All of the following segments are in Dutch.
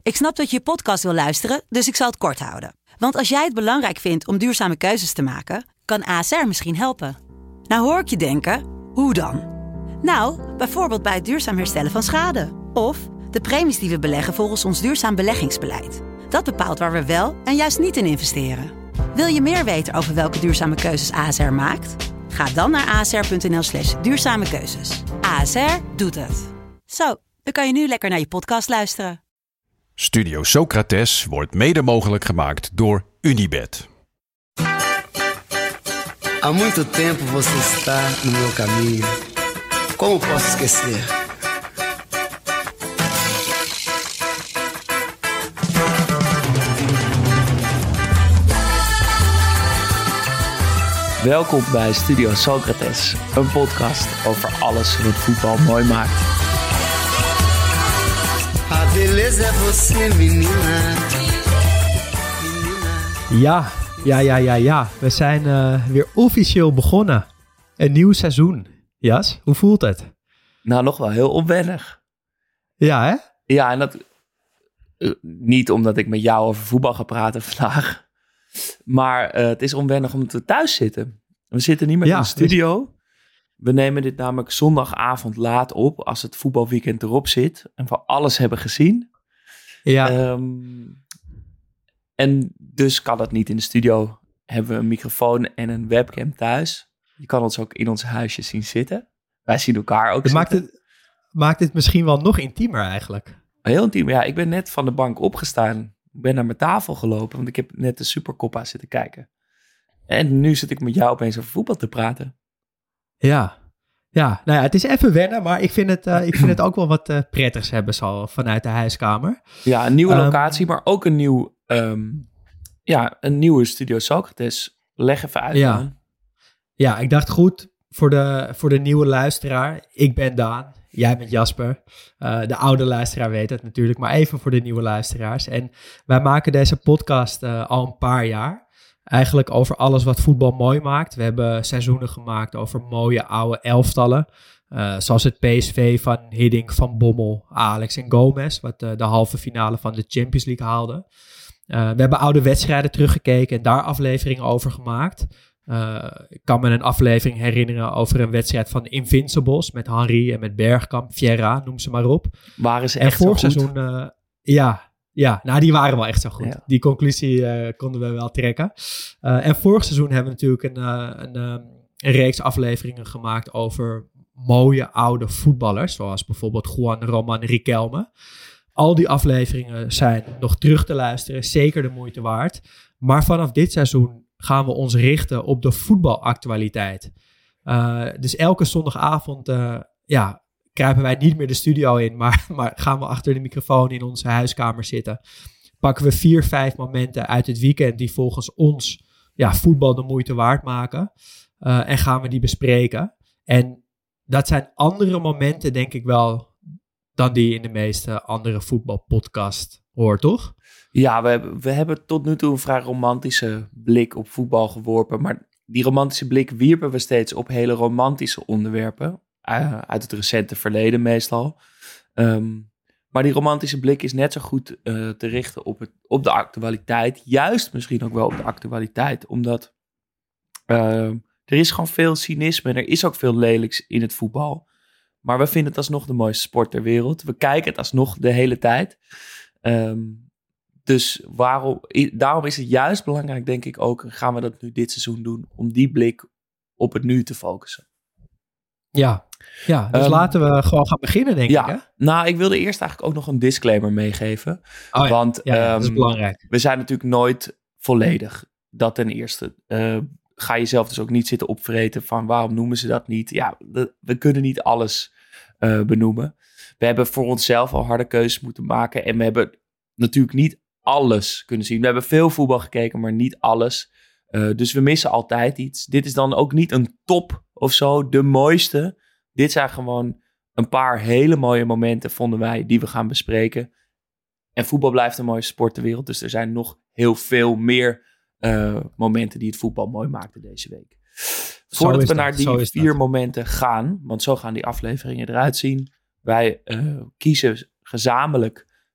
Ik snap dat je podcast wil luisteren, dus ik zal het kort houden. Want als jij het belangrijk vindt om duurzame keuzes te maken, kan ASR misschien helpen. Nou hoor ik je denken, hoe dan? Nou, bijvoorbeeld bij het duurzaam herstellen van schade. Of de premies die we beleggen volgens ons duurzaam beleggingsbeleid. Dat bepaalt waar we wel en juist niet in investeren. Wil je meer weten over welke duurzame keuzes ASR maakt? Ga dan naar asr.nl/duurzame keuzes. ASR doet het. Zo, dan kan je nu lekker naar je podcast luisteren. Studio Socrates wordt mede mogelijk gemaakt door Unibet. Há muito tempo você está no meu caminho. Como posso esquecer? Welkom bij Studio Socrates, een podcast over alles wat voetbal mooi maakt. A beleza é você, menina. Ja. We zijn weer officieel begonnen. Een nieuw seizoen. Jas, hoe voelt het? Nou, nog wel heel onwennig. Ja, hè? Ja, en dat niet omdat ik met jou over voetbal ga praten vandaag. Maar het is onwennig omdat we thuis zitten. We zitten niet meer in de studio. We nemen dit namelijk zondagavond laat op, als het voetbalweekend erop zit. En we alles hebben gezien. Ja. En dus kan dat niet in de studio. Hebben we een microfoon en een webcam thuis. Je kan ons ook in ons huisje zien zitten. Wij zien elkaar ook zitten. Maakt het misschien wel nog intiemer eigenlijk. Heel intiem. Ja, ik ben net van de bank opgestaan. Ik ben naar mijn tafel gelopen, want ik heb net de Supercoppa zitten kijken. En nu zit ik met jou opeens over voetbal te praten. Ja, nou ja, het is even wennen, maar ik vind het ook wel wat prettigs hebben zo vanuit de huiskamer. Ja, een nieuwe locatie, maar ook een nieuwe Studio Socrates. Leg even uit. Ja, ik dacht goed, voor de nieuwe luisteraar, ik ben Daan. Jij bent Jasper. De oude luisteraar weet het natuurlijk, maar even voor de nieuwe luisteraars. En wij maken deze podcast al een paar jaar. Eigenlijk over alles wat voetbal mooi maakt. We hebben seizoenen gemaakt over mooie oude elftallen. Zoals het PSV van Hiddink, Van Bommel, Alex en Gomez. Wat de halve finale van de Champions League haalde. We hebben oude wedstrijden teruggekeken en daar afleveringen over gemaakt. Ik kan me een aflevering herinneren over een wedstrijd van Invincibles met Henry en met Bergkamp, Vieira, noem ze maar op. Waren ze echt zo goed? Seizoen, nou die waren wel echt zo goed. Ja. Die conclusie konden we wel trekken. En vorig seizoen hebben we natuurlijk een reeks afleveringen gemaakt over mooie oude voetballers, zoals bijvoorbeeld Juan Roman Riquelme. Al die afleveringen zijn nog terug te luisteren, zeker de moeite waard. Maar vanaf dit seizoen gaan we ons richten op de voetbalactualiteit. Dus elke zondagavond kruipen wij niet meer de studio in, maar gaan we achter de microfoon in onze huiskamer zitten. Pakken we 4-5 momenten uit het weekend die volgens ons voetbal de moeite waard maken. En gaan we die bespreken. En dat zijn andere momenten, denk ik wel, dan die je in de meeste andere voetbalpodcast hoort, toch? Ja, we hebben tot nu toe een vrij romantische blik op voetbal geworpen. Maar die romantische blik wierpen we steeds op hele romantische onderwerpen. Uit het recente verleden meestal. Maar die romantische blik is net zo goed te richten op de actualiteit. Juist misschien ook wel op de actualiteit. Omdat er is gewoon veel cynisme. En er is ook veel lelijks in het voetbal. Maar we vinden het alsnog de mooiste sport ter wereld. We kijken het alsnog de hele tijd. Dus daarom is het juist belangrijk, denk ik ook, gaan we dat nu dit seizoen doen, om die blik op het nu te focussen. Ja, dus laten we gewoon gaan beginnen, denk ik. Hè? Nou, ik wilde eerst eigenlijk ook nog een disclaimer meegeven. Want dat is belangrijk. We zijn natuurlijk nooit volledig. Dat ten eerste. Ga jezelf dus ook niet zitten opvreten van waarom noemen ze dat niet. Ja, we kunnen niet alles benoemen. We hebben voor onszelf al harde keuzes moeten maken. En we hebben natuurlijk niet alles kunnen zien. We hebben veel voetbal gekeken, maar niet alles. Dus we missen altijd iets. Dit is dan ook niet een top of zo, de mooiste. Dit zijn gewoon een paar hele mooie momenten, vonden wij, die we gaan bespreken. En voetbal blijft een mooie sport ter wereld. Dus er zijn nog heel veel meer momenten die het voetbal mooi maakten deze week. Voordat we naar die 4 momenten gaan, want zo gaan die afleveringen eruit zien. Wij kiezen gezamenlijk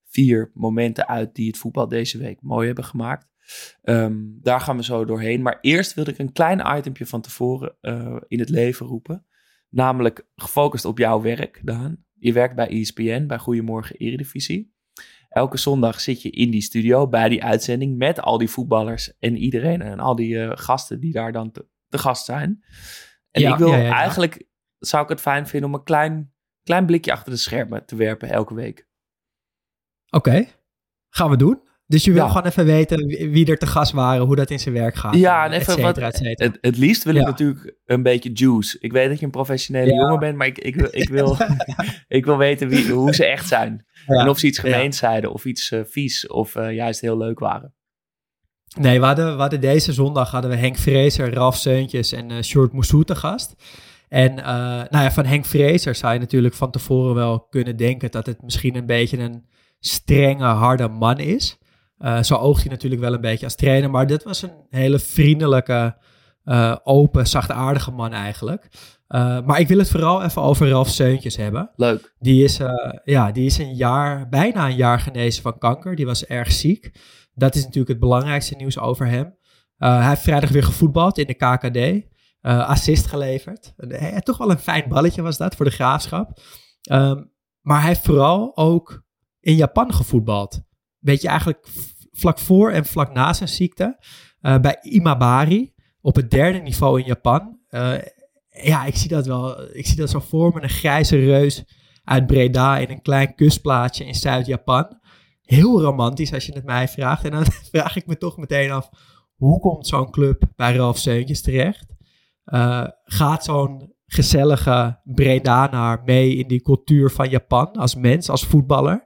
4 momenten uit die het voetbal deze week mooi hebben gemaakt. Daar gaan we zo doorheen. Maar eerst wilde ik een klein itempje van tevoren in het leven roepen. Namelijk gefocust op jouw werk, Daan. Je werkt bij ESPN, bij Goedemorgen Eredivisie. Elke zondag zit je in die studio bij die uitzending met al die voetballers en iedereen en al die gasten die daar dan te gast zijn. En ik wil eigenlijk, zou ik het fijn vinden om een klein blikje achter de schermen te werpen elke week. Oké, gaan we doen. Dus je wil gewoon even weten wie er te gast waren, hoe dat in zijn werk gaat. Ja, en even het liefst wil ik natuurlijk een beetje juice. Ik weet dat je een professionele jongen bent, maar ik wil weten hoe ze echt zijn. Ja. En of ze iets gemeens zeiden, of iets vies, of juist heel leuk waren. Nee, we hadden deze zondag hadden we Henk Vrezer, Ralf Seuntjes en Sjoerd Moussou te gast. En van Henk Vrezer zou je natuurlijk van tevoren wel kunnen denken dat het misschien een beetje een strenge, harde man is. Zo oogt hij natuurlijk wel een beetje als trainer, maar dit was een hele vriendelijke, open, zachtaardige man eigenlijk. Maar ik wil het vooral even over Ralf Seuntjes hebben. Leuk. Die is bijna een jaar genezen van kanker. Die was erg ziek. Dat is natuurlijk het belangrijkste nieuws over hem. Hij heeft vrijdag weer gevoetbald in de KKD. Assist geleverd. Toch wel een fijn balletje was dat voor de Graafschap. Maar hij heeft vooral ook in Japan gevoetbald. Weet je, eigenlijk vlak voor en vlak na zijn ziekte. Bij Imabari. Op het 3e niveau in Japan. Ik zie dat wel. Ik zie dat zo voor me. Een grijze reus uit Breda in een klein kustplaatsje in Zuid-Japan. Heel romantisch als je het mij vraagt. En dan vraag ik me toch meteen af, hoe komt zo'n club bij Ralf Seuntjes terecht? Gaat zo'n gezellige Bredanaar mee in die cultuur van Japan als mens, als voetballer?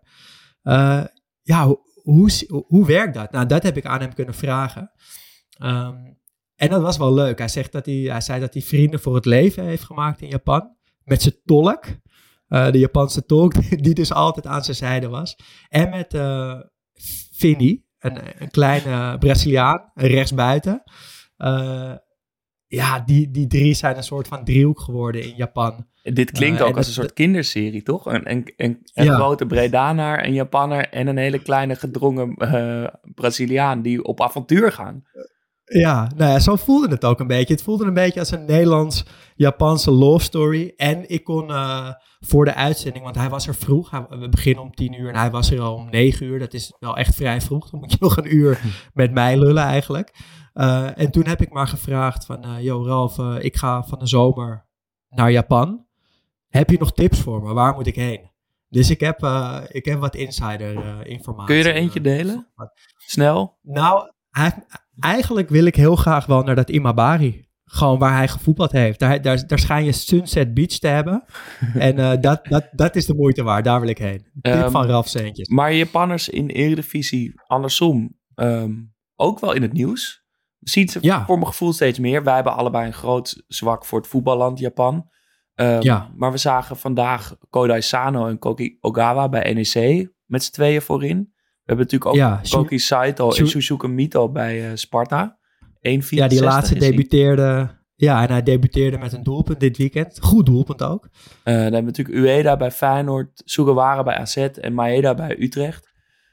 Hoe werkt dat? Nou, dat heb ik aan hem kunnen vragen. En dat was wel leuk. Hij zei dat hij vrienden voor het leven heeft gemaakt in Japan. Met zijn tolk. De Japanse tolk, die dus altijd aan zijn zijde was. En met Vini, een kleine Braziliaan, een rechtsbuiten. Die 3 zijn een soort van driehoek geworden in Japan. Dit klinkt ook als een soort kinderserie, toch? Een grote Bredanaar, een Japanner en een hele kleine gedrongen Braziliaan die op avontuur gaan. Ja, zo voelde het ook een beetje. Het voelde een beetje als een Nederlands-Japanse love story. En ik kon voor de uitzending, want hij was er vroeg. We beginnen om 10 uur en hij was er al om 9 uur. Dat is wel echt vrij vroeg. Dan moet je nog een uur met mij lullen eigenlijk. En toen heb ik maar gevraagd van, Ralf, ik ga van de zomer naar Japan. Heb je nog tips voor me? Waar moet ik heen? Dus ik heb wat insider informatie. Kun je er eentje delen? Snel? Nou, eigenlijk wil ik heel graag wel naar dat Imabari. Gewoon waar hij gevoetbald heeft. Daar schijn je Sunset Beach te hebben. En dat is de moeite waard. Daar wil ik heen. Tip van Ralf Seuntjes. Maar Japanners in Eredivisie andersom ook wel in het nieuws. We zien ze voor mijn gevoel steeds meer. Wij hebben allebei een groot zwak voor het voetballand Japan. Maar we zagen vandaag Kodai Sano en Koki Ogawa bij NEC met z'n tweeën voorin. We hebben natuurlijk ook Koki Saito en Suzuki Mito bij Sparta. 1,64 die laatste debuteerde. Ja, en hij debuteerde met een doelpunt dit weekend. Goed doelpunt ook. Dan hebben we natuurlijk Ueda bij Feyenoord, Sugawara bij AZ en Maeda bij Utrecht.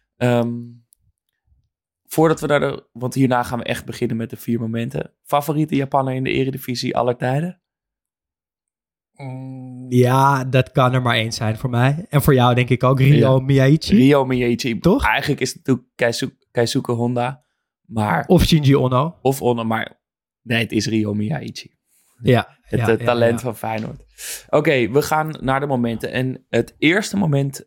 Voordat we want hierna gaan we echt beginnen met de 4 momenten. Favoriete Japaner in de Eredivisie aller tijden? Ja, dat kan er maar 1 zijn voor mij. En voor jou denk ik ook Ryo Miyaichi. Ryo Miyaichi. Toch? Eigenlijk is het natuurlijk Keisuke Honda. Maar, of Shinji Ono. Of Ono, maar nee, het is Ryo Miyaichi. Het talent van Feyenoord. Oké, we gaan naar de momenten. En het eerste moment,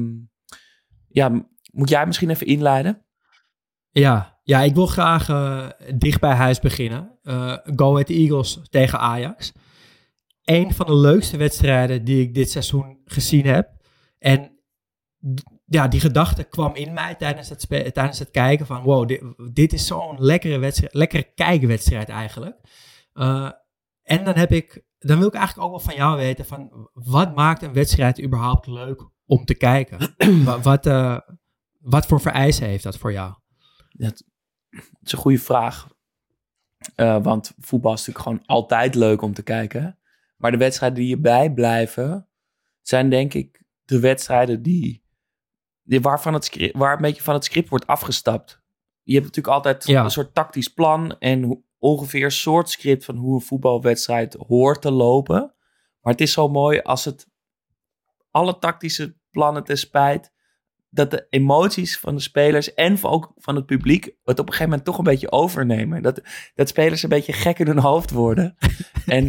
moet jij misschien even inleiden? Ja, ik wil graag dicht bij huis beginnen. Go Ahead Eagles tegen Ajax. Een van de leukste wedstrijden die ik dit seizoen gezien heb. En die gedachte kwam in mij tijdens het kijken van wow, dit is zo'n lekkere kijkwedstrijd eigenlijk. En dan wil ik eigenlijk ook wel van jou weten van wat maakt een wedstrijd überhaupt leuk om te kijken? Wat voor vereisen heeft dat voor jou? Dat is een goede vraag. Want voetbal is natuurlijk gewoon altijd leuk om te kijken. Maar de wedstrijden die je bijblijven zijn denk ik de wedstrijden die waar een beetje van het script wordt afgestapt. Je hebt natuurlijk altijd een soort tactisch plan en ongeveer een soort script van hoe een voetbalwedstrijd hoort te lopen. Maar het is zo mooi als het alle tactische plannen ten spijt, dat de emoties van de spelers en ook van het publiek het op een gegeven moment toch een beetje overnemen. Dat spelers een beetje gek in hun hoofd worden. En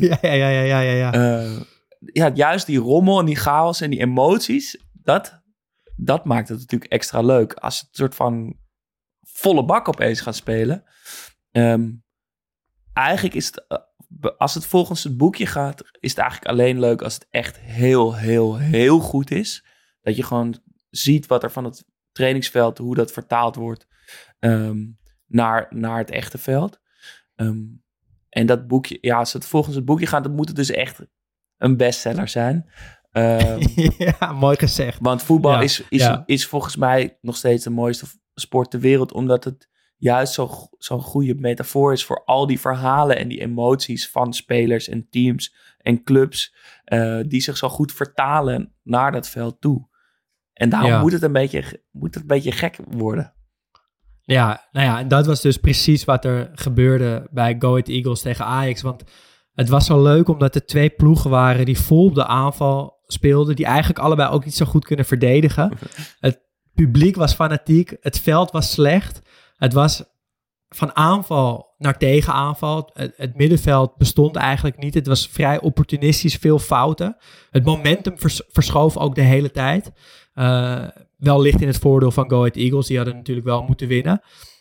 juist die rommel en die chaos en die emoties, dat maakt het natuurlijk extra leuk. Als het een soort van volle bak opeens gaat spelen. Eigenlijk is het, als het volgens het boekje gaat, is het eigenlijk alleen leuk als het echt heel, heel, heel goed is. Dat je gewoon ziet wat er van het trainingsveld, hoe dat vertaald wordt naar het echte veld. En dat boekje, als het volgens het boekje gaat, dan moet het dus echt een bestseller zijn. Ja, mooi gezegd. Want voetbal is volgens mij nog steeds de mooiste sport ter wereld, omdat het juist zo'n goede metafoor is voor al die verhalen en die emoties van spelers en teams en clubs die zich zo goed vertalen naar dat veld toe. En daarom moet het een beetje gek worden. Ja, en dat was dus precies wat er gebeurde bij Go Ahead Eagles tegen Ajax. Want het was zo leuk omdat er 2 ploegen waren die vol op de aanval speelden, die eigenlijk allebei ook niet zo goed kunnen verdedigen. Het publiek was fanatiek, het veld was slecht. Het was van aanval naar tegenaanval. Het middenveld bestond eigenlijk niet. Het was vrij opportunistisch, veel fouten. Het momentum verschoof ook de hele tijd. Wel ligt in het voordeel van Go Ahead Eagles. Die hadden natuurlijk wel moeten winnen.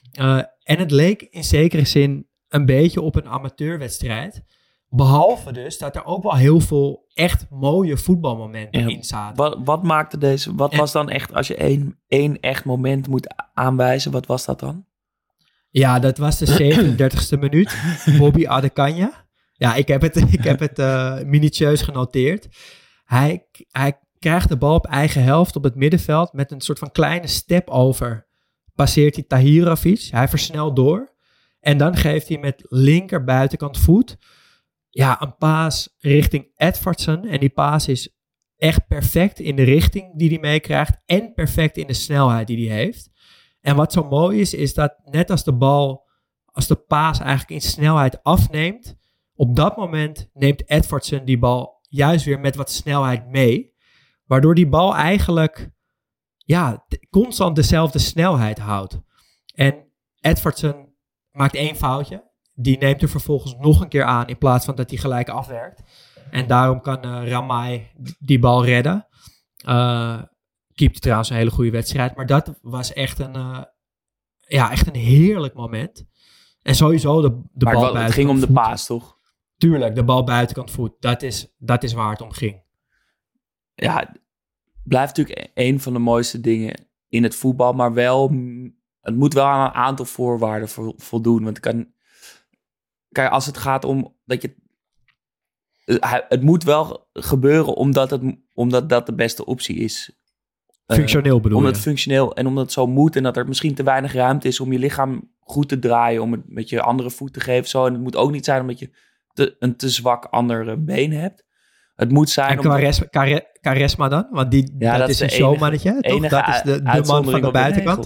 En het leek in zekere zin een beetje op een amateurwedstrijd. Behalve dus dat er ook wel heel veel echt mooie voetbalmomenten in zaten. Wat maakte deze? Was dan echt, als je één echt moment moet aanwijzen, wat was dat dan? Ja, dat was de 37e minuut. Bobby Adekanya. Ja, ik heb het minutieus genoteerd. Hij krijgt de bal op eigen helft op het middenveld met een soort van kleine step over. Passeert hij Tahirovic. Hij versnelt door. En dan geeft hij met linker buitenkant voet een paas richting Edvardsen. En die paas is echt perfect in de richting die hij meekrijgt en perfect in de snelheid die hij heeft. En wat zo mooi is dat net als de paas eigenlijk in snelheid afneemt, op dat moment neemt Edvardsen die bal juist weer met wat snelheid mee. Waardoor die bal eigenlijk constant dezelfde snelheid houdt. En Edvardsen maakt 1 foutje. Die neemt er vervolgens nog een keer aan in plaats van dat hij gelijk afwerkt. En daarom kan Ramai die bal redden. Keepte trouwens een hele goede wedstrijd. Maar dat was echt een heerlijk moment. En sowieso de bal buitenkant. Het ging om de paas, toch? Tuurlijk, de bal buitenkant voet. Dat is waar het om ging. Ja, het blijft natuurlijk een van de mooiste dingen in het voetbal. Maar het moet wel aan een aantal voorwaarden voldoen. Want kijk, als het gaat om dat je... Het moet wel gebeuren omdat dat de beste optie is. Functioneel bedoel je? Omdat het functioneel en omdat het zo moet en dat er misschien te weinig ruimte is om je lichaam goed te draaien, om het met je andere voet te geven. Zo. En het moet ook niet zijn omdat je een te zwak andere been hebt. Het moet zijn... En Quaresma dan? Want dat is een showmannetje, toch? Dat is de man van de buitenkant.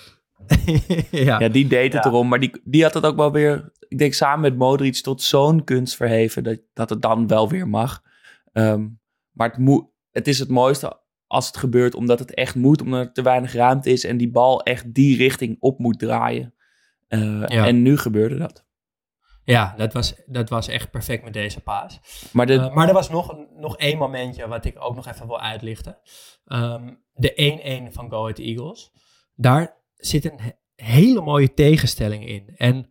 Ja, die deed het erom. Maar die had het ook wel weer, ik denk samen met Modric, tot zo'n kunst verheven dat het dan wel weer mag. Maar het is het mooiste als het gebeurt omdat het echt moet, omdat er te weinig ruimte is en die bal echt die richting op moet draaien. En nu gebeurde dat. Ja, dat was echt perfect met deze paas. Maar er was nog 1 momentje wat ik ook nog even wil uitlichten. De 1-1 van Go Ahead Eagles. Daar zit een hele mooie tegenstelling in. En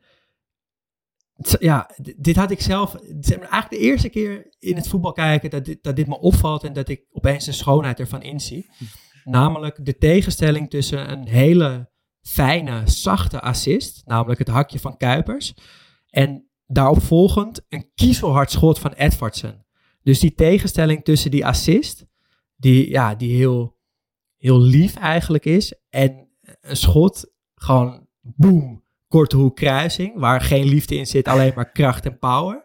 dit had ik zelf... Het is eigenlijk de eerste keer in het voetbal kijken dat dit me opvalt en dat ik opeens de schoonheid ervan inzie. Namelijk de tegenstelling tussen een hele fijne, zachte assist, namelijk het hakje van Kuipers, en daarop volgend een kiezelhard schot van Edvardsen. Dus die tegenstelling tussen die assist, die heel, heel lief eigenlijk is, en een schot, gewoon boom, korte hoek kruising, waar geen liefde in zit, alleen maar kracht en power.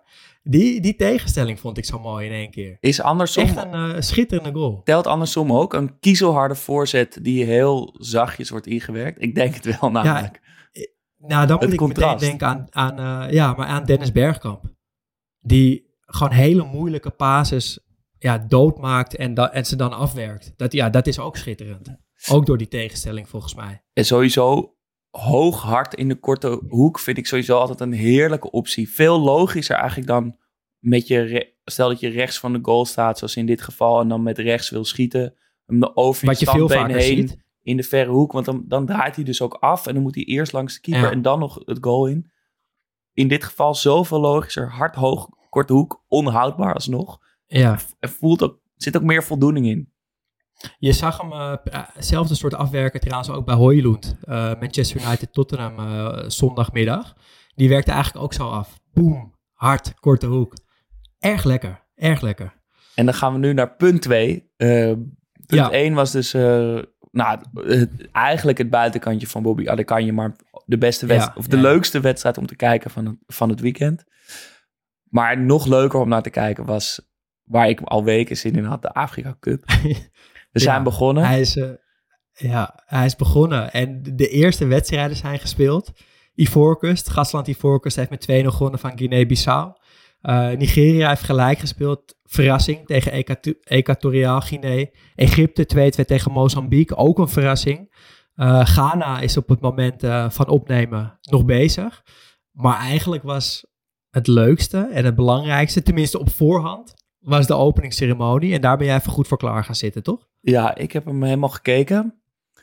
Die tegenstelling vond ik zo mooi in één keer. Is andersom... Echt een schitterende goal. Telt andersom ook een kiezelharde voorzet die heel zachtjes wordt ingewerkt? Ik denk het wel namelijk. Ja, dan moet ik meteen denken aan Dennis Bergkamp. Die gewoon hele moeilijke passes doodmaakt en ze dan afwerkt. Dat is ook schitterend. Ook door die tegenstelling volgens mij. En sowieso hoog hard in de korte hoek vind ik sowieso altijd een heerlijke optie. Veel logischer eigenlijk dan stel dat je rechts van de goal staat, zoals in dit geval, en dan met rechts wil schieten. Hem over je standbeen heen in de verre hoek, want dan draait hij dus ook af en dan moet hij eerst langs de keeper en dan nog het goal in. In dit geval zoveel logischer, hard, hoog, korte hoek, onhoudbaar alsnog. Ja. Er zit ook meer voldoening in. Je zag hem zelfde soort afwerken trouwens ook bij Højlund. Manchester United Tottenham zondagmiddag. Die werkte eigenlijk ook zo af. Boom, hard, korte hoek. Erg lekker, erg lekker. En dan gaan we nu naar punt 2. Punt 1 was dus eigenlijk het buitenkantje van Bobby Adekanje, maar de beste wedstrijd, of de leukste wedstrijd om te kijken van het weekend. Maar nog leuker om naar te kijken was, waar ik al weken zin in had, de Afrika Cup. We zijn begonnen. Hij is begonnen. En de eerste wedstrijden zijn gespeeld. Gastland Ivoorkust heeft met 2-0 gewonnen van Guinea-Bissau. Nigeria heeft gelijk gespeeld. Verrassing tegen Equatoriaal Guinea. Egypte 2-2 tegen Mozambique. Ook een verrassing. Ghana is op het moment van opnemen nog bezig. Maar eigenlijk was het leukste en het belangrijkste, tenminste op voorhand, was de openingsceremonie. En daar ben jij even goed voor klaar gaan zitten, toch? Ja, ik heb hem helemaal gekeken.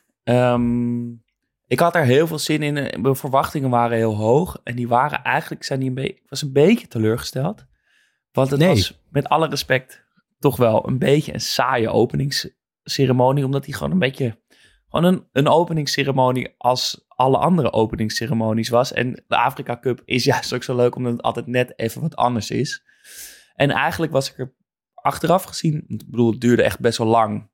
Ik had er heel veel zin in. Mijn verwachtingen waren heel hoog. En die waren eigenlijk, ik was een beetje teleurgesteld. Want het was, met alle respect, toch wel een beetje een saaie openingsceremonie. Omdat die gewoon een beetje, een openingsceremonie als alle andere openingsceremonies was. En de Afrika Cup is juist ook zo leuk, omdat het altijd net even wat anders is. En eigenlijk was ik er achteraf gezien, ik bedoel, het duurde echt best wel lang.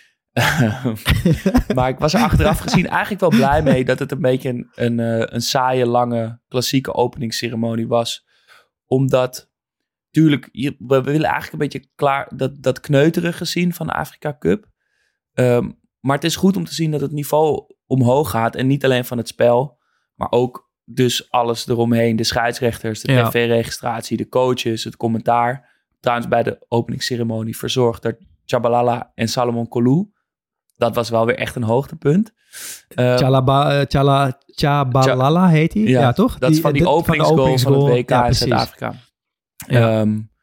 Maar ik was er achteraf gezien eigenlijk wel blij mee dat het een beetje een saaie, lange, klassieke openingsceremonie was. Omdat, tuurlijk, we willen eigenlijk een beetje klaar dat kneuterige zien van de Afrika Cup. Maar het is goed om te zien dat het niveau omhoog gaat. En niet alleen van het spel, maar ook dus alles eromheen. De scheidsrechters, de tv-registratie, de coaches, het commentaar. Trouwens bij de openingsceremonie verzorgd door Chabalala en Salomon Kalou. Dat was wel weer echt een hoogtepunt. Chabalala heet hij, ja toch? Dat is van die openingsgoal van het WK in Zuid-Afrika. Ja.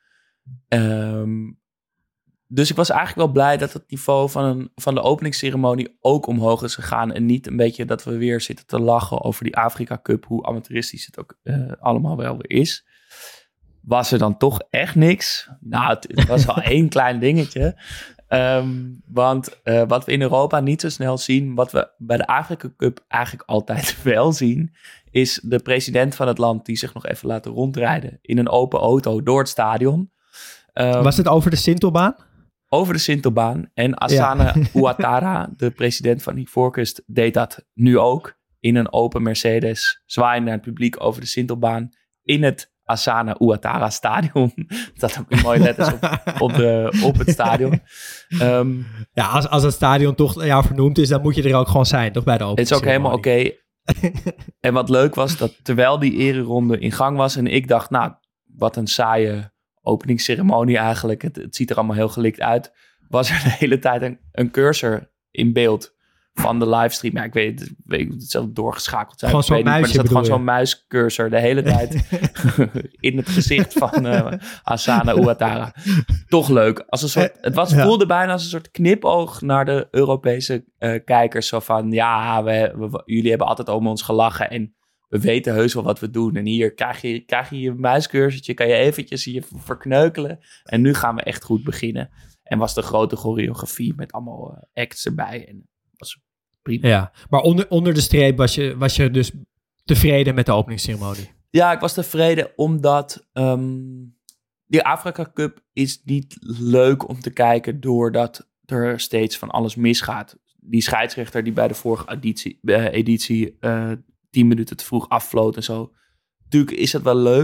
Dus ik was eigenlijk wel blij dat het niveau van de openingsceremonie ook omhoog is gegaan. En niet een beetje dat we weer zitten te lachen over die Afrika Cup. Hoe amateuristisch het ook allemaal wel weer is. Was er dan toch echt niks? Nou, het was wel één klein dingetje. Want wat we in Europa niet zo snel zien, wat we bij de Afrika Cup eigenlijk altijd wel zien, is de president van het land die zich nog even laat rondrijden in een open auto door het stadion. Was het over de Sintelbaan? Over de Sintelbaan. En Assane Ouattara, de president van Ivoorkust, deed dat nu ook in een open Mercedes, zwaaien naar het publiek over de Sintelbaan in het Assane Ouattara stadion. Dat staat ook in mooie letters op het stadion. Als het stadion toch vernoemd is, dan moet je er ook gewoon zijn, toch bij de opening. Het is ook helemaal oké. En wat leuk was, dat terwijl die ereronde in gang was en ik dacht, nou, wat een saaie openingsceremonie eigenlijk. Het ziet er allemaal heel gelikt uit. Was er de hele tijd een cursor in beeld van de livestream. Ja, ik weet het zelf doorgeschakeld zijn. Gewoon zo'n muisje, maar er zat gewoon zo'n muiscursor de hele tijd in het gezicht van Assane Ouattara. Toch leuk. Als een soort, voelde bijna als een soort knipoog naar de Europese kijkers. Zo van, jullie hebben altijd om ons gelachen en we weten heus wel wat we doen. En hier krijg je je muiscursortje, kan je eventjes je verkneukelen. En nu gaan we echt goed beginnen. En was de grote choreografie met allemaal acts erbij. En was prima. Ja, maar onder de streep was je dus tevreden met de openingsceremonie? Ja, ik was tevreden omdat die Afrika Cup is niet leuk om te kijken doordat er steeds van alles misgaat. Die scheidsrechter die bij de vorige editie 10 minuten te vroeg affloot en zo. Natuurlijk is het wel leuk,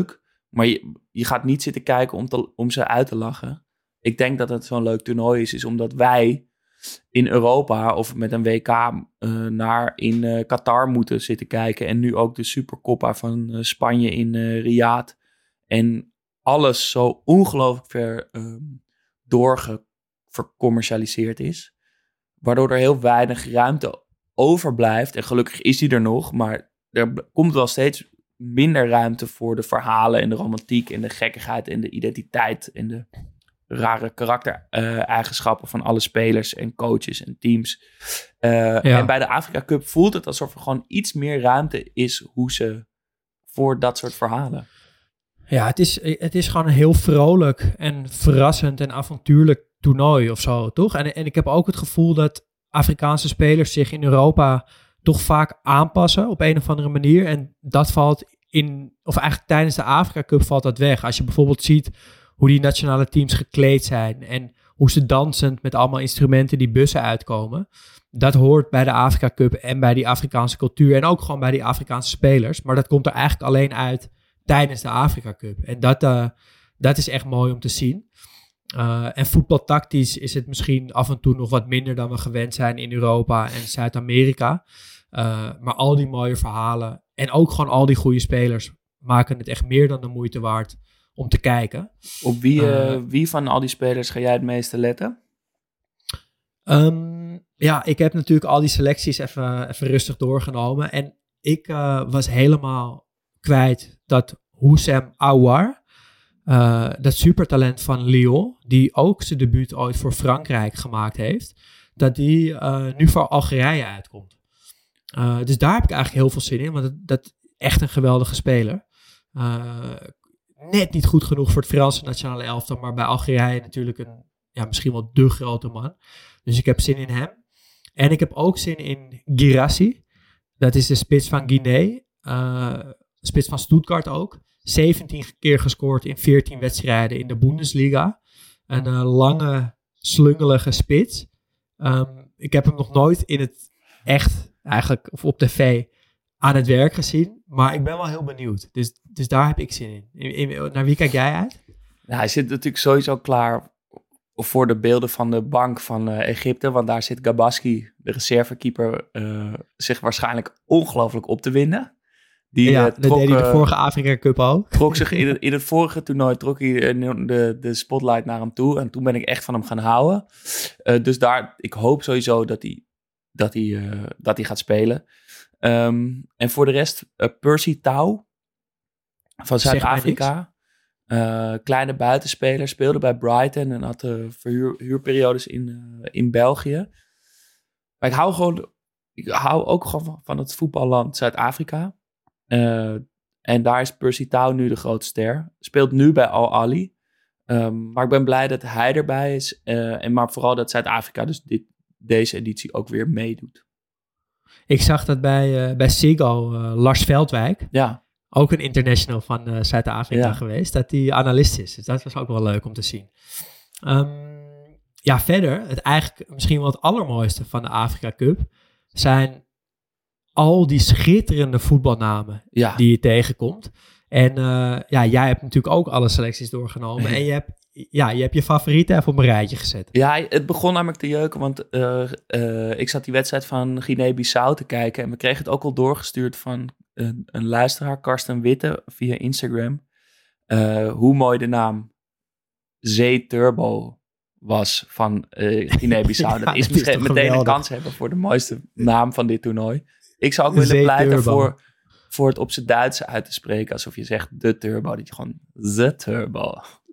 Maar je gaat niet zitten kijken om ze uit te lachen. Ik denk dat het zo'n leuk toernooi is omdat wij in Europa of met een WK in Qatar moeten zitten kijken. En nu ook de Supercoppa van Spanje in Riyadh. En alles zo ongelooflijk vercommercialiseerd is. Waardoor er heel weinig ruimte overblijft. En gelukkig is die er nog. Maar er komt wel steeds minder ruimte voor de verhalen en de romantiek en de gekkigheid en de identiteit en de rare karaktereigenschappen van alle spelers en coaches en teams. En bij de Afrika Cup voelt het alsof er gewoon iets meer ruimte is voor dat soort verhalen. Ja, het is gewoon een heel vrolijk en verrassend en avontuurlijk toernooi of zo, toch? En ik heb ook het gevoel dat Afrikaanse spelers zich in Europa toch vaak aanpassen op een of andere manier. En dat valt eigenlijk tijdens de Afrika Cup valt dat weg. Als je bijvoorbeeld ziet hoe die nationale teams gekleed zijn en hoe ze dansend met allemaal instrumenten die bussen uitkomen. Dat hoort bij de Afrika Cup en bij die Afrikaanse cultuur en ook gewoon bij die Afrikaanse spelers. Maar dat komt er eigenlijk alleen uit tijdens de Afrika Cup. En dat is echt mooi om te zien. En voetbaltactisch is het misschien af en toe nog wat minder dan we gewend zijn in Europa en Zuid-Amerika. Maar al die mooie verhalen en ook gewoon al die goede spelers maken het echt meer dan de moeite waard om te kijken. Op wie van al die spelers ga jij het meeste letten? Ik heb natuurlijk al die selecties even rustig doorgenomen. En ik was helemaal kwijt dat Houssem Aouar, dat supertalent van Lyon, die ook zijn debuut ooit voor Frankrijk gemaakt heeft, dat die nu voor Algerije uitkomt. Dus daar heb ik eigenlijk heel veel zin in, want dat is echt een geweldige speler. Net niet goed genoeg voor het Franse nationale elftal, maar bij Algerije natuurlijk misschien wel de grote man. Dus ik heb zin in hem. En ik heb ook zin in Guirassy. Dat is de spits van Guinea. Spits van Stuttgart ook. 17 keer gescoord in 14 wedstrijden in de Bundesliga. Een lange, slungelige spits. Ik heb hem nog nooit in het echt, eigenlijk, of op tv, aan het werk gezien. Maar ik ben wel heel benieuwd. Dus daar heb ik zin in. Naar wie kijk jij uit? Nou, hij zit natuurlijk sowieso klaar voor de beelden van de bank van Egypte. Want daar zit Gabaski, de reservekeeper, zich waarschijnlijk ongelooflijk op te winden. Dat deed hij de vorige Afrika Cup ook. Trok zich in het vorige toernooi de spotlight naar hem toe. En toen ben ik echt van hem gaan houden. Dus ik hoop sowieso dat hij gaat spelen. En voor de rest, Percy Tau van Zuid-Afrika. Kleine buitenspeler, speelde bij Brighton en had huurperiodes in België. Maar ik hou ook gewoon van het voetballand Zuid-Afrika. En daar is Percy Tau nu de grote ster. Speelt nu bij Al Ahly. Maar ik ben blij dat hij erbij is. Maar vooral dat Zuid-Afrika dus deze editie ook weer meedoet. Ik zag dat bij Ziggo, Lars Veldwijk, ook een international van Zuid-Afrika geweest, dat hij analist is. Dus dat was ook wel leuk om te zien. Verder, het eigenlijk misschien wel het allermooiste van de Afrika Cup zijn al die schitterende voetbalnamen die je tegenkomt. En jij hebt natuurlijk ook alle selecties doorgenomen. En je hebt je favorieten even op een rijtje gezet. Ja, het begon namelijk te jeuken, want ik zat die wedstrijd van Guinea-Bissau te kijken. En we kregen het ook al doorgestuurd van een luisteraar, Karsten Witte, via Instagram. Hoe mooi de naam Z-Turbo was van Guinea-Bissau. Dat is meteen een kans hebben voor de mooiste naam van dit toernooi. Ik zou ook willen pleiten voor het op zijn Duits uit te spreken. Alsof je zegt de Turbo. Dat je gewoon The Turbo.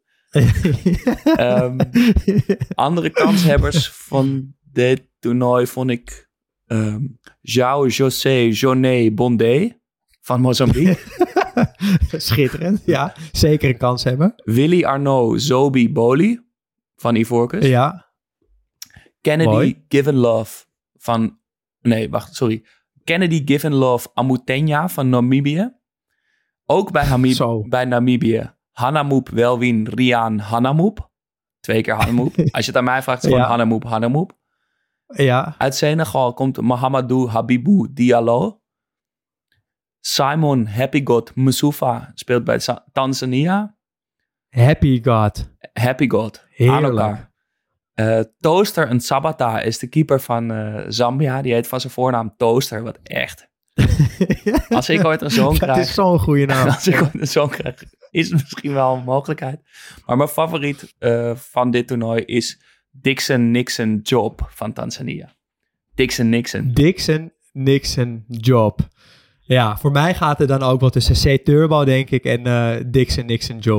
Andere kanshebbers van dit toernooi vond ik João José Joné Bondé van Mozambique. Schitterend, ja. Zeker een kans hebben. Willy Arnaud Zobi Boli van Ivoorkust. Ja. Kennedy Givenlove van... Nee, wacht, sorry. Kennedy Givenlove Amutenya van Namibië. Ook bij Namibië. Hanamoep Welwin Riaan Hanamoep. 2 keer Hanamoep. Als je het aan mij vraagt, is het gewoon Hanamoep. Ja. Uit Senegal komt Mahamadou Habibou Diallo. Simon Happy God Msuva speelt bij Tanzania. Happy God. Happy God. Heerlijk. Aan elkaar. Toaster en Sabata is de keeper van Zambia. Die heet van zijn voornaam Toaster. Wat echt. Als ik ooit een zoon krijg... Dat is zo'n goede naam. Als ik ooit een zoon krijg, is het misschien wel een mogelijkheid. Maar mijn favoriet van dit toernooi is Dixon Nixon Job van Tanzania. Dixon Nixon Job. Ja, voor mij gaat het dan ook wel tussen C-Turbo, denk ik, en Dixon Nixon Job.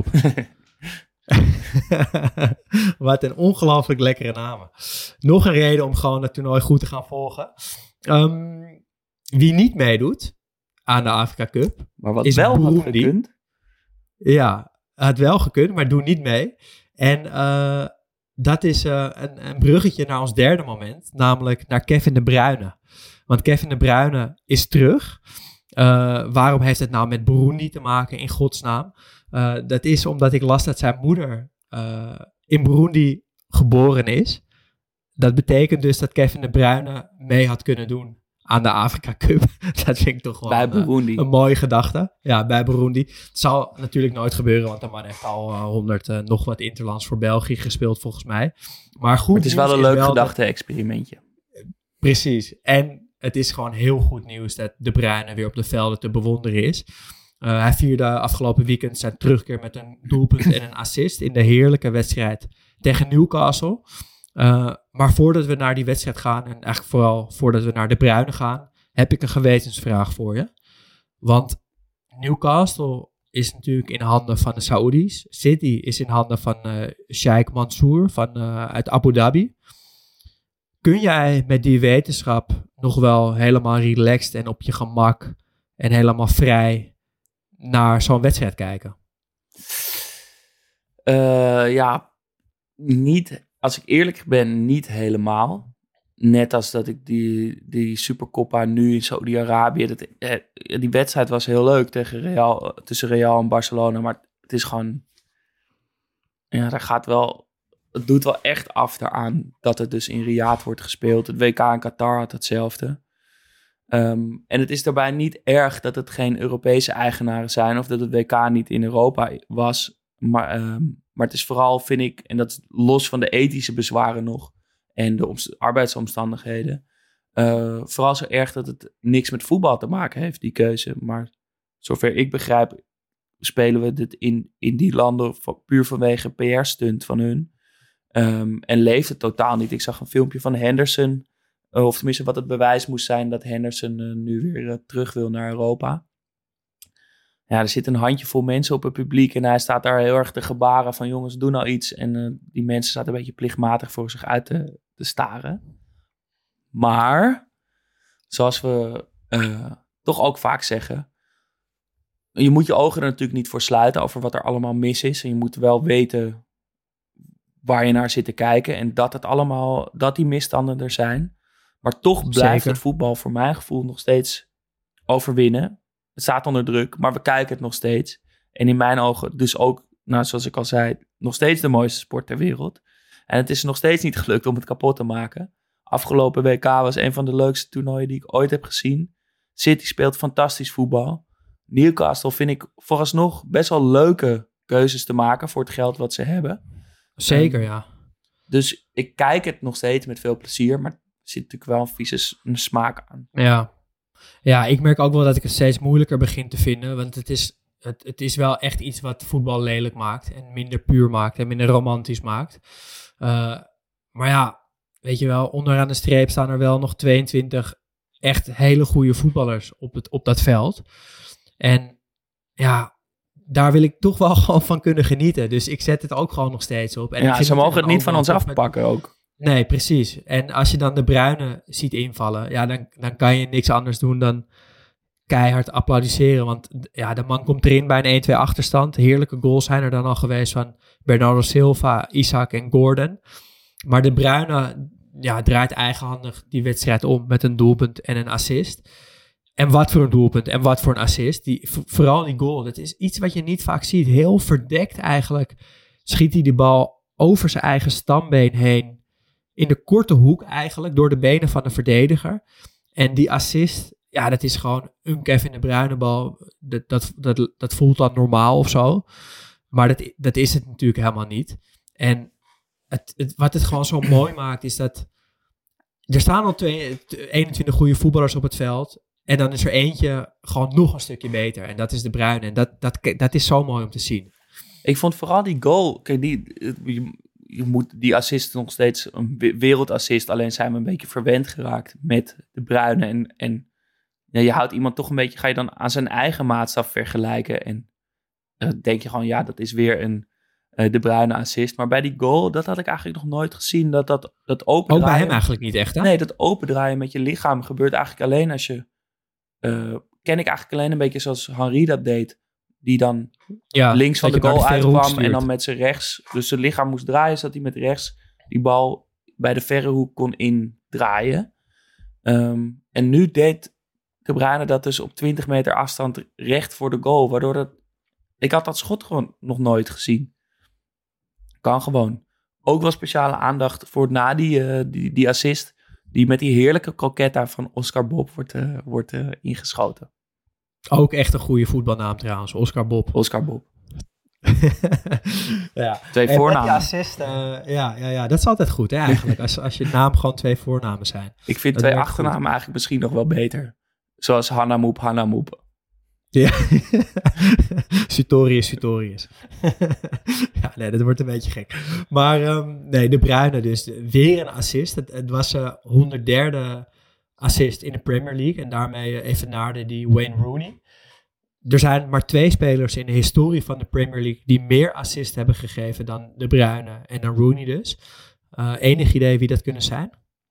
Wat een ongelooflijk lekkere namen. Nog een reden om gewoon het toernooi goed te gaan volgen. Wie niet meedoet aan de Afrika Cup... Maar wat is wel Burundi. had gekund. Ja, had wel gekund, maar doe niet mee. En dat is een bruggetje naar ons derde moment. Namelijk naar Kevin De Bruyne. Want Kevin De Bruyne is terug. Waarom heeft het nou met Burundi te maken, in godsnaam? Dat is omdat ik las dat zijn moeder in Burundi geboren is. Dat betekent dus dat Kevin De Bruyne mee had kunnen doen aan de Afrika Cup. Dat vind ik toch wel Bij Burundi. Een mooie gedachte. Ja, bij Burundi. Het zal natuurlijk nooit gebeuren, want de man heeft al 100 nog wat interlands voor België gespeeld, volgens mij. Maar goed, het is wel een leuk gedachte-experimentje. Precies. En het is gewoon heel goed nieuws dat De Bruyne weer op de velden te bewonderen is. Hij vierde afgelopen weekend zijn terugkeer met een doelpunt en een assist in de heerlijke wedstrijd tegen Newcastle. Maar voordat we naar die wedstrijd gaan, en eigenlijk vooral voordat we naar De Bruyne gaan, heb ik een gewetensvraag voor je. Want Newcastle is natuurlijk in handen van de Saoedi's. City is in handen van Sheikh Mansour uit Abu Dhabi. Kun jij met die wetenschap nog wel helemaal relaxed en op je gemak en helemaal vrij naar zo'n wedstrijd kijken? Ja, niet... Als ik eerlijk ben, niet helemaal. Net als dat ik die Supercoppa nu in Saudi-Arabië... Die wedstrijd was heel leuk tussen Real en Barcelona. Maar het is gewoon... Ja, daar gaat wel... Het doet wel echt af daaraan dat het dus in Riyadh wordt gespeeld. Het WK in Qatar had hetzelfde. En het is daarbij niet erg dat het geen Europese eigenaren zijn... of dat het WK niet in Europa was... Maar het is vooral, vind ik, en dat is los van de ethische bezwaren nog en de arbeidsomstandigheden, vooral zo erg dat het niks met voetbal te maken heeft, die keuze. Maar zover ik begrijp, spelen we dit in die landen puur vanwege PR-stunt van hun. En leeft het totaal niet. Ik zag een filmpje van Henderson, of tenminste wat het bewijs moest zijn dat Henderson nu weer terug wil naar Europa. Ja, er zit een handjevol mensen op het publiek en hij staat daar heel erg te gebaren van jongens, doe nou iets. En die mensen zaten een beetje plichtmatig voor zich uit te staren. Maar, zoals we toch ook vaak zeggen, je moet je ogen er natuurlijk niet voor sluiten over wat er allemaal mis is. En je moet wel weten waar je naar zit te kijken en dat die misstanden er zijn. Maar toch blijft het voetbal voor mijn gevoel nog steeds overwinnen. Het staat onder druk, maar we kijken het nog steeds. En in mijn ogen dus ook, zoals ik al zei, nog steeds de mooiste sport ter wereld. En het is nog steeds niet gelukt om het kapot te maken. Afgelopen WK was een van de leukste toernooien die ik ooit heb gezien. City speelt fantastisch voetbal. Newcastle vind ik vooralsnog best wel leuke keuzes te maken voor het geld wat ze hebben. Zeker, ja. Dus ik kijk het nog steeds met veel plezier, maar er zit natuurlijk wel een vieze smaak aan. Ja, ik merk ook wel dat ik het steeds moeilijker begin te vinden. Want het is wel echt iets wat voetbal lelijk maakt. En minder puur maakt en minder romantisch maakt. Maar ja, weet je wel, onderaan de streep staan er wel nog 22 echt hele goede voetballers op dat veld. En ja, daar wil ik toch wel gewoon van kunnen genieten. Dus ik zet het ook gewoon nog steeds op. En ja, ze mogen het niet van ons afpakken ook. Nee, precies. En als je dan De Bruyne ziet invallen, ja, dan kan je niks anders doen dan keihard applaudisseren. Want ja, de man komt erin bij een 1-2 achterstand. Heerlijke goals zijn er dan al geweest van Bernardo Silva, Isaac en Gordon. Maar De Bruyne draait eigenhandig die wedstrijd om met een doelpunt en een assist. En wat voor een doelpunt en wat voor een assist. Vooral die goal, dat is iets wat je niet vaak ziet. Heel verdekt eigenlijk schiet hij die bal over zijn eigen stambeen heen. In de korte hoek eigenlijk, door de benen van de verdediger. En die assist, dat is gewoon een Kevin De Bruyne bal. Dat voelt dan normaal of zo. Maar dat is het natuurlijk helemaal niet. En wat het gewoon zo mooi maakt, is dat er staan al 21 goede voetballers op het veld. En dan is er eentje gewoon nog een stukje beter. En dat is De Bruyne. En dat is zo mooi om te zien. Ik vond vooral die goal. Kijk, je moet die assist nog steeds een wereldassist. Alleen zijn we een beetje verwend geraakt met De Bruyne. En je houdt iemand toch een beetje, ga je dan aan zijn eigen maatstaf vergelijken. En dan denk je gewoon, dat is weer een De Bruyne assist. Maar bij die goal, dat had ik eigenlijk nog nooit gezien. Dat open ook bij hem eigenlijk niet echt, hè? Nee, dat open draaien met je lichaam gebeurt eigenlijk alleen als je... ken ik eigenlijk alleen een beetje zoals Henry dat deed. Die dan links van de goal uitkwam en dan met zijn rechts... Dus zijn lichaam moest draaien, zodat hij met rechts die bal bij de verre hoek kon indraaien. En nu deed De Bruyne dat dus op 20 meter afstand recht voor de goal. Waardoor dat... Ik had dat schot gewoon nog nooit gezien. Kan gewoon. Ook wel speciale aandacht voor na die assist... die met die heerlijke croquetta van Oscar Bob wordt ingeschoten. Ook echt een goede voetbalnaam trouwens, Oscar Bob. Oscar Bob. Ja. 2 voornamen. Die assist, dat is altijd goed hè, eigenlijk. Als je naam gewoon 2 voornamen zijn. Ik vind 2 achternamen eigenlijk misschien nog wel beter. Zoals Hannamoep. Ja, Sutorius. Dat wordt een beetje gek. Maar De Bruyne dus. Weer een assist. Het was 103e assist in de Premier League. En daarmee evenaarde die Wayne Rooney. Er zijn maar 2 spelers in de historie van de Premier League... die meer assist hebben gegeven dan De Bruyne en dan Rooney dus. Enig idee wie dat kunnen zijn?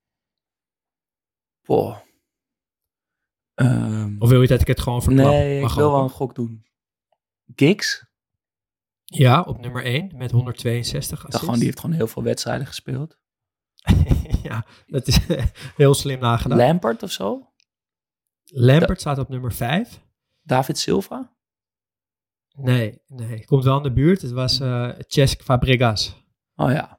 Boah. Of wil je dat ik het gewoon verklap? Nee, ik wil wel een gok doen. Giggs? Ja, op nummer 1 met 162 assists. Die heeft gewoon heel veel wedstrijden gespeeld. Ja, dat is heel slim nagedacht. Lampard of zo? Lampard staat op nummer 5. David Silva? Nee. Komt wel in de buurt. Het was Cesc Fabregas. Oh ja.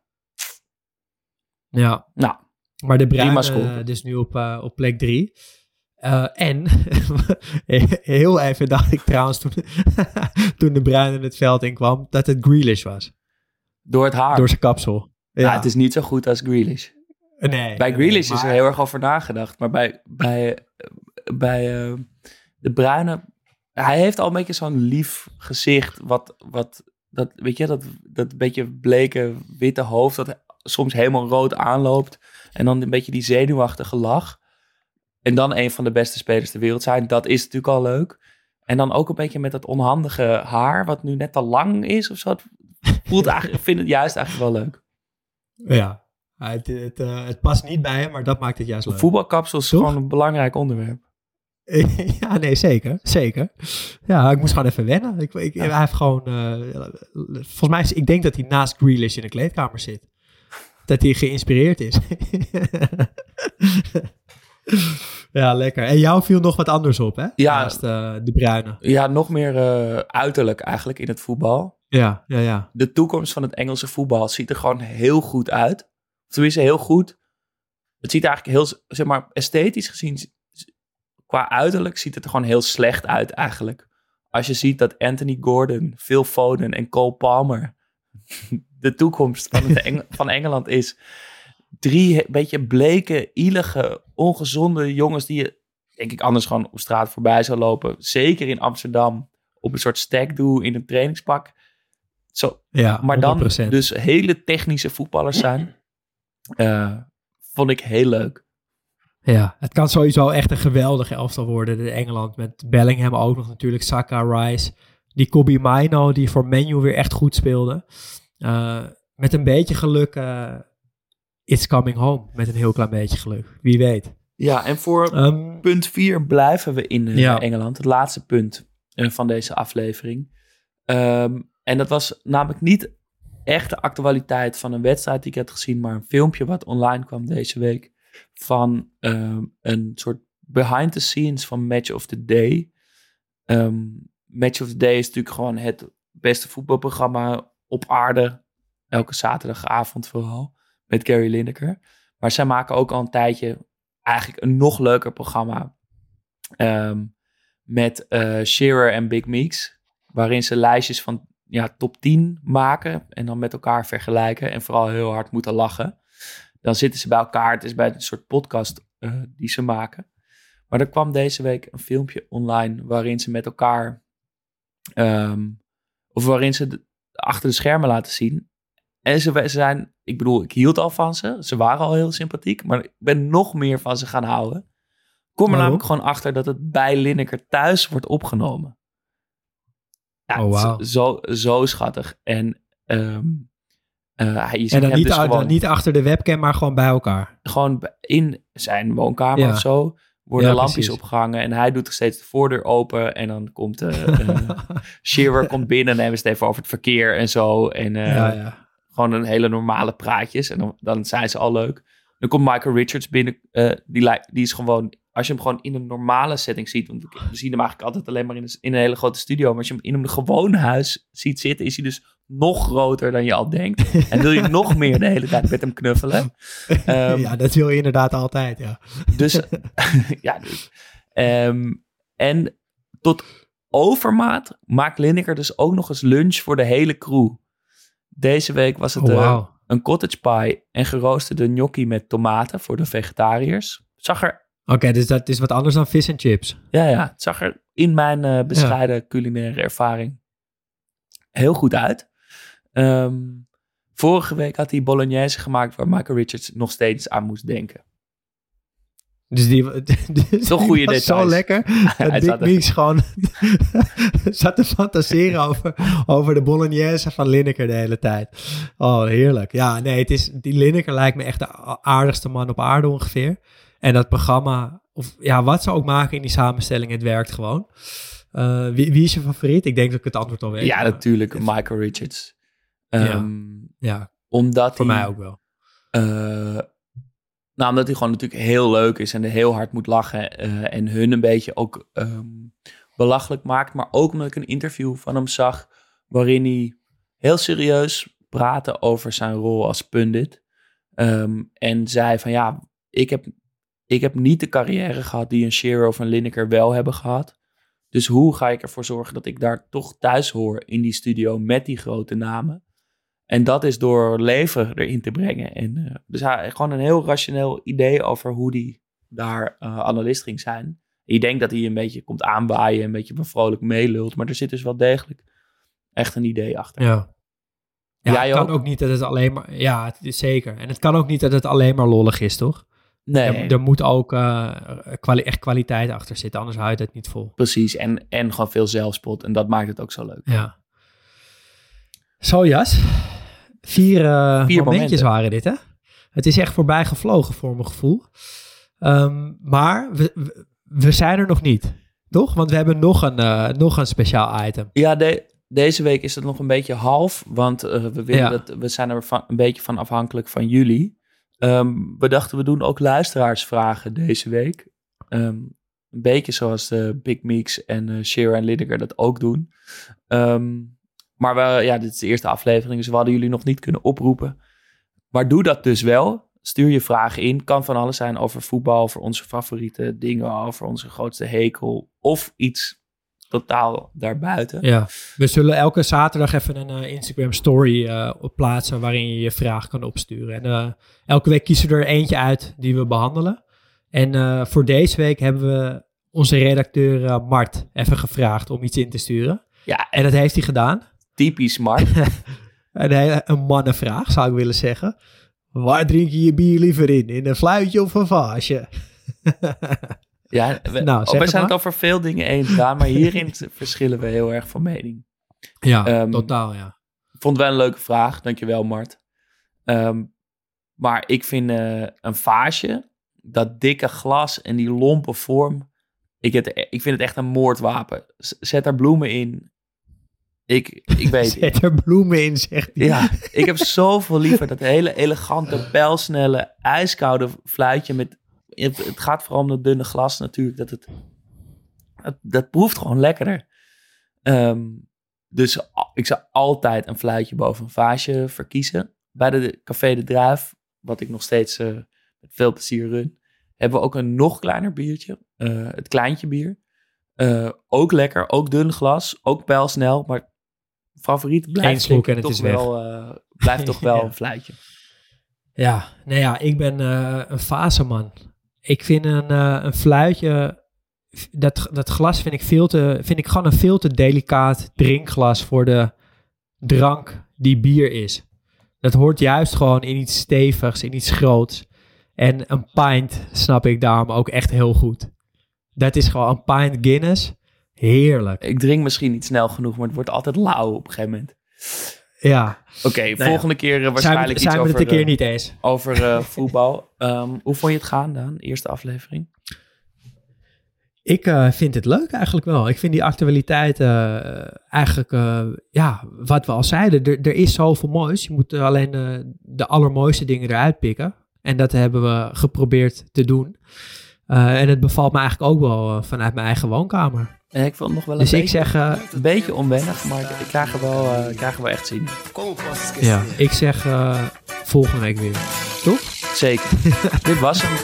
Ja. Nou. Maar De Bruyne dus nu op plek 3. En heel even dacht ik trouwens toen De Bruyne het veld in kwam, dat het Grealish was. Door het haar? Door zijn kapsel. Ja, het is niet zo goed als Grealish. Nee. Bij Grealish is er heel erg over nagedacht. Maar bij De Bruyne, hij heeft al een beetje zo'n lief gezicht. Dat, weet je, dat beetje bleke witte hoofd dat soms helemaal rood aanloopt. En dan een beetje die zenuwachtige lach. En dan een van de beste spelers ter wereld zijn. Dat is natuurlijk al leuk. En dan ook een beetje met dat onhandige haar, wat nu net te lang is of zo. Ik vind het juist eigenlijk wel leuk. Ja, het past niet bij hem, maar dat maakt het juist leuk. Voetbalkapsel is gewoon een belangrijk onderwerp. Ja, nee, zeker. Ja, ik moest gewoon even wennen. Hij heeft gewoon, volgens mij, ik denk dat hij naast Grealish in de kleedkamer zit. Dat hij geïnspireerd is. Ja, lekker. En jou viel nog wat anders op, hè? Ja. Naast De Bruyne. Ja, nog meer uiterlijk eigenlijk in het voetbal. Ja. De toekomst van het Engelse voetbal ziet er gewoon heel goed uit. Tenminste, heel goed. Het ziet eigenlijk heel, zeg maar, esthetisch gezien, qua uiterlijk ziet het er gewoon heel slecht uit eigenlijk. Als je ziet dat Anthony Gordon, Phil Foden en Cole Palmer de toekomst van Engeland is. 3 beetje bleke, ielige, ongezonde jongens die je, denk ik, anders gewoon op straat voorbij zou lopen. Zeker in Amsterdam, op een soort stekdoe in een trainingspak. Zo, ja, maar dan 100%. Dus hele technische voetballers zijn. Vond ik heel leuk. Ja, het kan sowieso echt een geweldige elftal worden, de Engeland. Met Bellingham ook nog natuurlijk, Saka, Rice. Die Kobbie Mainoo, die voor Man U weer echt goed speelde. Met een beetje geluk, it's coming home. Met een heel klein beetje geluk, wie weet. Ja, en voor punt 4 blijven we in Engeland. Het laatste punt van deze aflevering. En dat was namelijk niet echt de actualiteit van een wedstrijd die ik had gezien, maar een filmpje wat online kwam deze week van een soort behind the scenes van Match of the Day. Match of the Day is natuurlijk gewoon het beste voetbalprogramma op aarde. Elke zaterdagavond vooral. Met Gary Lineker. Maar zij maken ook al een tijdje eigenlijk een nog leuker programma. met Shearer en Big Meeks. Waarin ze lijstjes van top 10 maken. En dan met elkaar vergelijken. En vooral heel hard moeten lachen. Dan zitten ze bij elkaar. Het is bij een soort podcast die ze maken. Maar er kwam deze week een filmpje online waarin ze met elkaar... of waarin ze achter de schermen laten zien. En ze zijn... Ik bedoel, ik hield al van ze. Ze waren al heel sympathiek. Maar ik ben nog meer van ze gaan houden. Kom er namelijk gewoon achter dat het bij Lineker thuis wordt opgenomen. Ja, wow. Zo schattig. En je ziet en hem dan niet achter de webcam, maar gewoon bij elkaar. Gewoon in zijn woonkamer of zo worden lampjes precies. opgehangen. En hij doet er steeds de voordeur open. En dan komt Shearer komt binnen en hebben ze het even over het verkeer en zo. En gewoon een hele normale praatjes. En dan zijn ze al leuk. Dan komt Michael Richards binnen. Die is gewoon... Als je hem gewoon in een normale setting ziet... want we zien hem eigenlijk altijd alleen maar in een hele grote studio... maar als je hem in een gewoon huis ziet zitten... is hij dus nog groter dan je al denkt. En wil je nog meer de hele tijd met hem knuffelen. Dat wil je inderdaad altijd, ja. Dus, en tot overmaat maakt Lineker dus ook nog eens lunch voor de hele crew. Deze week was het een cottage pie en geroosterde gnocchi met tomaten voor de vegetariërs. Oké, dus dat is wat anders dan vis en chips. Ja, het zag er in mijn bescheiden culinaire ervaring heel goed uit. Vorige week had hij bolognese gemaakt waar Michael Richards nog steeds aan moest denken. Dus die toch goede details. Zo lekker. Dat Big Meeks gewoon zat te fantaseren over de bolognese van Lineker de hele tijd. Oh, heerlijk. Ja, nee, die Lineker lijkt me echt de aardigste man op aarde ongeveer. En dat programma, of wat ze ook maken in die samenstelling, het werkt gewoon. Wie is je favoriet? Ik denk dat ik het antwoord al weet. Ja, natuurlijk Michael Richards. Omdat voor mij ook wel. Omdat hij gewoon natuurlijk heel leuk is en er heel hard moet lachen. En hun een beetje ook belachelijk maakt. Maar ook omdat ik een interview van hem zag waarin hij heel serieus praatte over zijn rol als pundit. En zei van ik heb niet de carrière gehad die een Shearer of een Lineker wel hebben gehad. Dus hoe ga ik ervoor zorgen dat ik daar toch thuis hoor in die studio met die grote namen? En dat is door leven erin te brengen. En, dus hij heeft gewoon een heel rationeel idee over hoe die daar analist ging zijn. En je denkt dat hij een beetje komt aanwaaien, een beetje vrolijk meelult. Maar er zit dus wel degelijk echt een idee achter. Ja, het kan ook niet dat het alleen maar... Ja, het is zeker. En het kan ook niet dat het alleen maar lollig is, toch? Nee. Er moet ook echt kwaliteit achter zitten, anders houdt het niet vol. Precies, en gewoon veel zelfspot. En dat maakt het ook zo leuk. Ja. Zo, Jas. Vier momentjes waren dit, hè? Het is echt voorbij gevlogen voor mijn gevoel. Maar we zijn er nog niet, toch? Want we hebben nog een speciaal item. Ja, deze week is het nog een beetje half. Want we zijn er een beetje van afhankelijk van jullie. We dachten, we doen ook luisteraarsvragen deze week. Een beetje zoals de Big Meeks en Shearer en Lineker dat ook doen. Maar dit is de eerste aflevering, dus we hadden jullie nog niet kunnen oproepen. Maar doe dat dus wel. Stuur je vragen in. Kan van alles zijn over voetbal, over onze favoriete dingen, over onze grootste hekel of iets totaal daarbuiten. Ja, we zullen elke zaterdag even een Instagram story plaatsen waarin je je vraag kan opsturen. En elke week kiezen we er eentje uit die we behandelen. En voor deze week hebben we onze redacteur Mart even gevraagd om iets in te sturen. Ja, en dat heeft hij gedaan. Typisch Mart. Een mannenvraag, zou ik willen zeggen. Waar drink je je bier liever in? In een fluitje of een vaasje? Ja, we zijn het over veel dingen eens, Daan, maar hierin verschillen we heel erg van mening. Ja, totaal, ja. Ik vond het wel een leuke vraag, dankjewel Mart. Maar ik vind een vaasje, dat dikke glas en die lompe vorm, ik vind het echt een moordwapen. Zet er bloemen in. Ik weet Zet er bloemen in, zegt hij. Ja, ik heb zoveel liever dat hele elegante, pijlsnelle, ijskoude fluitje met... Het gaat vooral om dat dunne glas natuurlijk. Dat proeft gewoon lekkerder. Dus ik zou altijd een fluitje boven een vaasje verkiezen. Bij de Café de Druif, wat ik nog steeds met veel plezier run, hebben we ook een nog kleiner biertje. Het kleintje bier. Ook lekker, ook dun glas, ook pijlsnel. Maar favoriet blijft toch wel een fluitje. Ja, nou ja, ik ben een faseman. Ik vind een fluitje, dat glas vind ik gewoon een veel te delicaat drinkglas voor de drank die bier is. Dat hoort juist gewoon in iets stevigs, in iets groots. En een pint snap ik daarom ook echt heel goed. Dat is gewoon een pint Guinness. Heerlijk. Ik drink misschien niet snel genoeg, maar het wordt altijd lauw op een gegeven moment. Ja. Oké, volgende keer waarschijnlijk zijn we het een keer niet eens. Over voetbal. Hoe vond je het gaan, Daan? Eerste aflevering? Ik vind het leuk eigenlijk wel. Ik vind die actualiteit eigenlijk, wat we al zeiden, er is zoveel moois. Je moet alleen de allermooiste dingen eruit pikken. En dat hebben we geprobeerd te doen. En het bevalt me eigenlijk ook wel vanuit mijn eigen woonkamer. En ik vond het nog wel een beetje onwennig, maar ik krijg er wel echt zin in. Ja, ik zeg volgende week weer. Toch? Zeker. Dit was hem.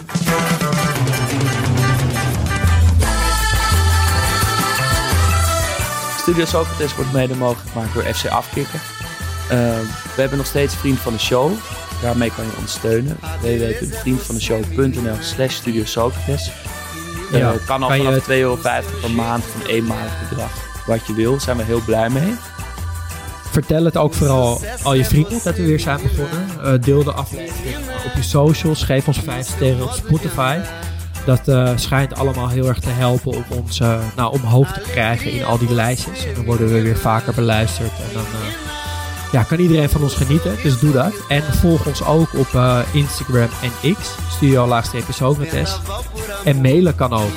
Studio Socrates wordt mede mogelijk gemaakt door FC Afkikken. We hebben nog steeds Vriend van de Show. Daarmee kan je ons steunen. www.vriendvandeshow.nl/Studio Socrates. Kan al vanaf €2,50 per maand voor een eenmalig bedrag. Wat je wil, zijn we heel blij mee. Vertel het ook vooral al je vrienden dat we weer zijn begonnen. Deel de aflevering op je socials. Geef ons 5 sterren op Spotify. Dat schijnt allemaal heel erg te helpen om ons omhoog te krijgen in al die lijstjes. En dan worden we weer vaker beluisterd. En dan kan iedereen van ons genieten. Dus doe dat. En volg ons ook op Instagram en X. Studio_Socrates. En mailen kan ook.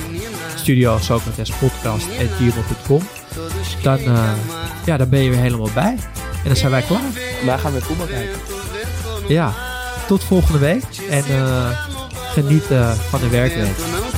studiosocratespodcast@gmail.com. Dan ben je weer helemaal bij. En dan zijn wij klaar. Wij gaan weer voetbal kijken. Ja, tot volgende week. En geniet van de werkweek.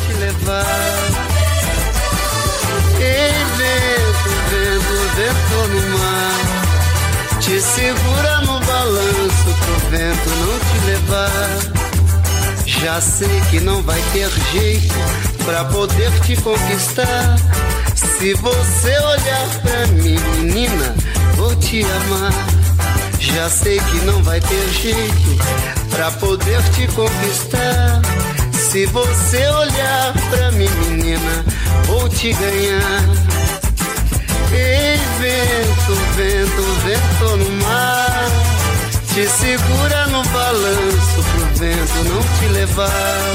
Te segura no balanço pro vento não te levar. Já sei que não vai ter jeito pra poder te conquistar. Se você olhar pra mim, menina, vou te amar. Já sei que não vai ter jeito pra poder te conquistar. Se você olhar pra mim, menina, vou te ganhar. Ei, vento, vento, vento no mar. Te segura no balanço pro vento não te levar.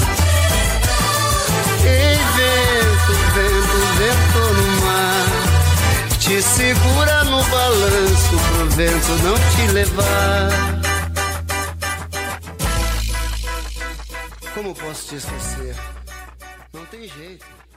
Ei, vento, vento, vento no mar. Te segura no balanço pro vento não te levar. Como posso te esquecer? Não tem jeito.